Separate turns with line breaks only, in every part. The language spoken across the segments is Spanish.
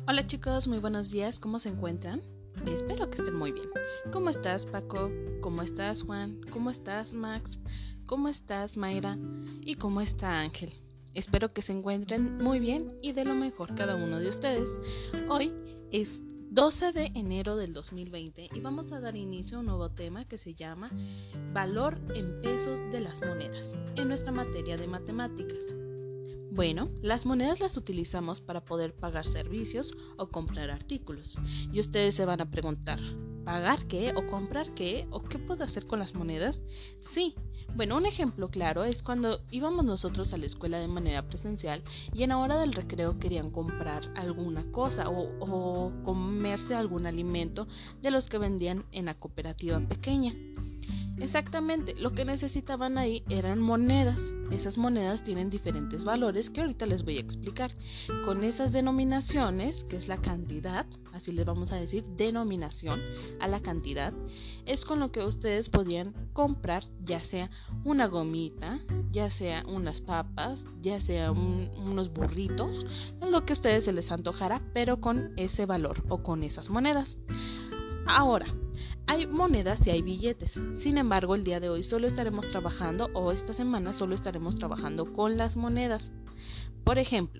Hola chicos, muy buenos días, ¿cómo se encuentran? Espero que estén muy bien. ¿Cómo estás, Paco? ¿Cómo estás, Juan? ¿Cómo estás, Max? ¿Cómo estás, Mayra? ¿Y cómo está Ángel? Espero que se encuentren muy bien y de lo mejor cada uno de ustedes. Hoy es 12 de enero del 2020 y vamos a dar inicio a un nuevo tema que se llama Valor en pesos de las monedas en nuestra materia de matemáticas. Bueno, las monedas las utilizamos para poder pagar servicios o comprar artículos. Y ustedes se van a preguntar, ¿pagar qué? ¿O comprar qué? ¿O qué puedo hacer con las monedas? Sí, bueno, un ejemplo claro es cuando íbamos nosotros a la escuela de manera presencial y en la hora del recreo querían comprar alguna cosa o comerse algún alimento de los que vendían en la cooperativa pequeña. Exactamente, lo que necesitaban ahí eran monedas. Esas monedas tienen diferentes valores que ahorita les voy a explicar. Con esas denominaciones, que es la cantidad, así les vamos a decir, denominación a la cantidad, es con lo que ustedes podían comprar, ya sea una gomita, ya sea unas papas, ya sea unos burritos, lo que a ustedes se les antojara, pero con ese valor o con esas monedas. Ahora, hay monedas y hay billetes. Sin embargo, el día de hoy solo estaremos trabajando, o esta semana solo estaremos trabajando con las monedas. Por ejemplo,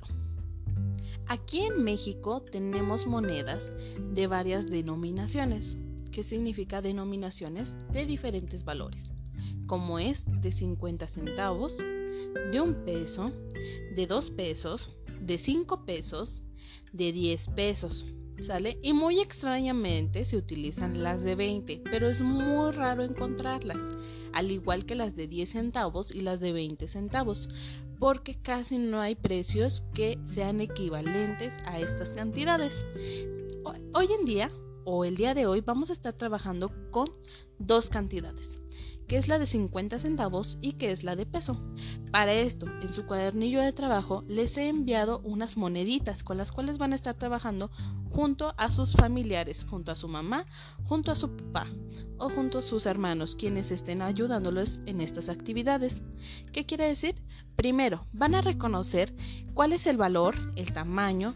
aquí en México tenemos monedas de varias denominaciones. ¿Qué significa denominaciones? De diferentes valores, como es de 50 centavos, de 1 peso, de 2 pesos, de 5 pesos, de 10 pesos. ¿Sale? Y muy extrañamente se utilizan las de 20, pero es muy raro encontrarlas, al igual que las de 10 centavos y las de 20 centavos, porque casi no hay precios que sean equivalentes a estas cantidades. Hoy en día, o el día de hoy, vamos a estar trabajando con dos cantidades, que es la de 50 centavos y que es la de peso. Para esto, en su cuadernillo de trabajo les he enviado unas moneditas con las cuales van a estar trabajando junto a sus familiares, junto a su mamá, junto a su papá o junto a sus hermanos, quienes estén ayudándolos en estas actividades. ¿Qué quiere decir? Primero, van a reconocer cuál es el valor, el tamaño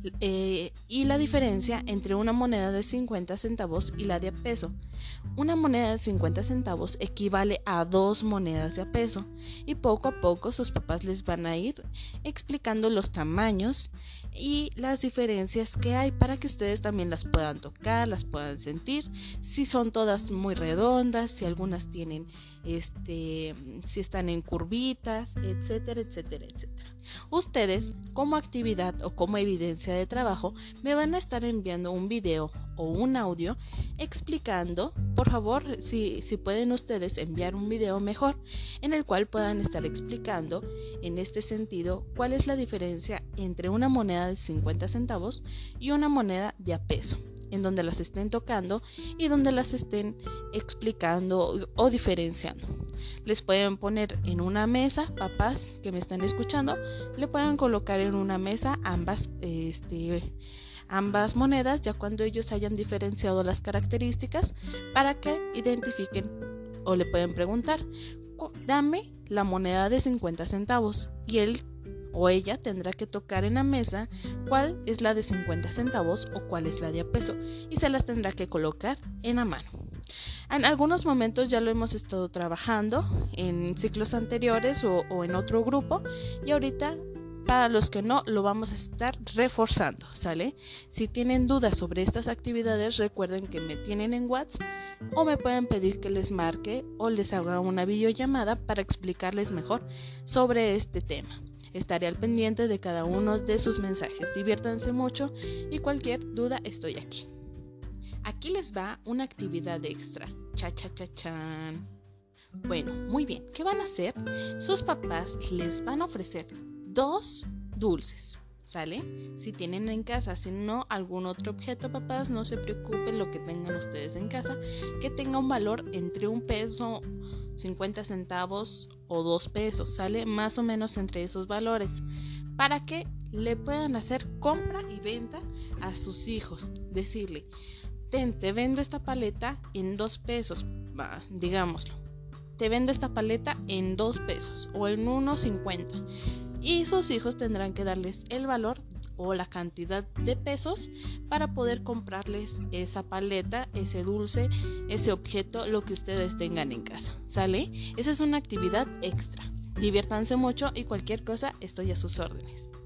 y la diferencia entre una moneda de 50 centavos y la de peso. Una moneda de 50 centavos equivale a 2 monedas de a peso y poco a poco sus papás les van a ir explicando los tamaños y las diferencias que hay para que ustedes también las puedan tocar, las puedan sentir, si son todas muy redondas, si algunas tienen si están en curvitas, etcétera, etcétera, etcétera. Ustedes, como actividad o como evidencia de trabajo, me van a estar enviando un video o un audio explicando, por favor, si pueden ustedes enviar un video mejor, en el cual puedan estar explicando en este sentido cuál es la diferencia entre una moneda de 50 centavos y una moneda de a peso, en donde las estén tocando y donde las estén explicando o diferenciando. Les pueden poner en una mesa, papás que me están escuchando, le pueden colocar en una mesa ambas monedas ya cuando ellos hayan diferenciado las características para que identifiquen, o le pueden preguntar, dame la moneda de 50 centavos y él o ella tendrá que tocar en la mesa cuál es la de 50 centavos o cuál es la de a peso y se las tendrá que colocar en la mano. En algunos momentos ya lo hemos estado trabajando en ciclos anteriores o en otro grupo y ahorita para los que no lo vamos a estar reforzando, ¿sale? Si tienen dudas sobre estas actividades, recuerden que me tienen en WhatsApp o me pueden pedir que les marque o les haga una videollamada para explicarles mejor sobre este tema. Estaré al pendiente de cada uno de sus mensajes. Diviértanse mucho y cualquier duda estoy aquí. Aquí les va una actividad extra. Cha-cha-cha-chan. Bueno, muy bien. ¿Qué van a hacer? Sus papás les van a ofrecer 2 dulces, ¿sale? Si tienen en casa, si no algún otro objeto, papás, no se preocupen lo que tengan ustedes en casa, que tenga un valor entre 1 peso, 50 centavos o 2 pesos, ¿sale? Más o menos entre esos valores, para que le puedan hacer compra y venta a sus hijos. Decirle, te vendo esta paleta en 2 pesos, digámoslo. Te vendo esta paleta en 2 pesos o en 1.50. Y sus hijos tendrán que darles el valor o la cantidad de pesos para poder comprarles esa paleta, ese dulce, ese objeto, lo que ustedes tengan en casa, ¿sale? Esa es una actividad extra. Diviértanse mucho y cualquier cosa estoy a sus órdenes.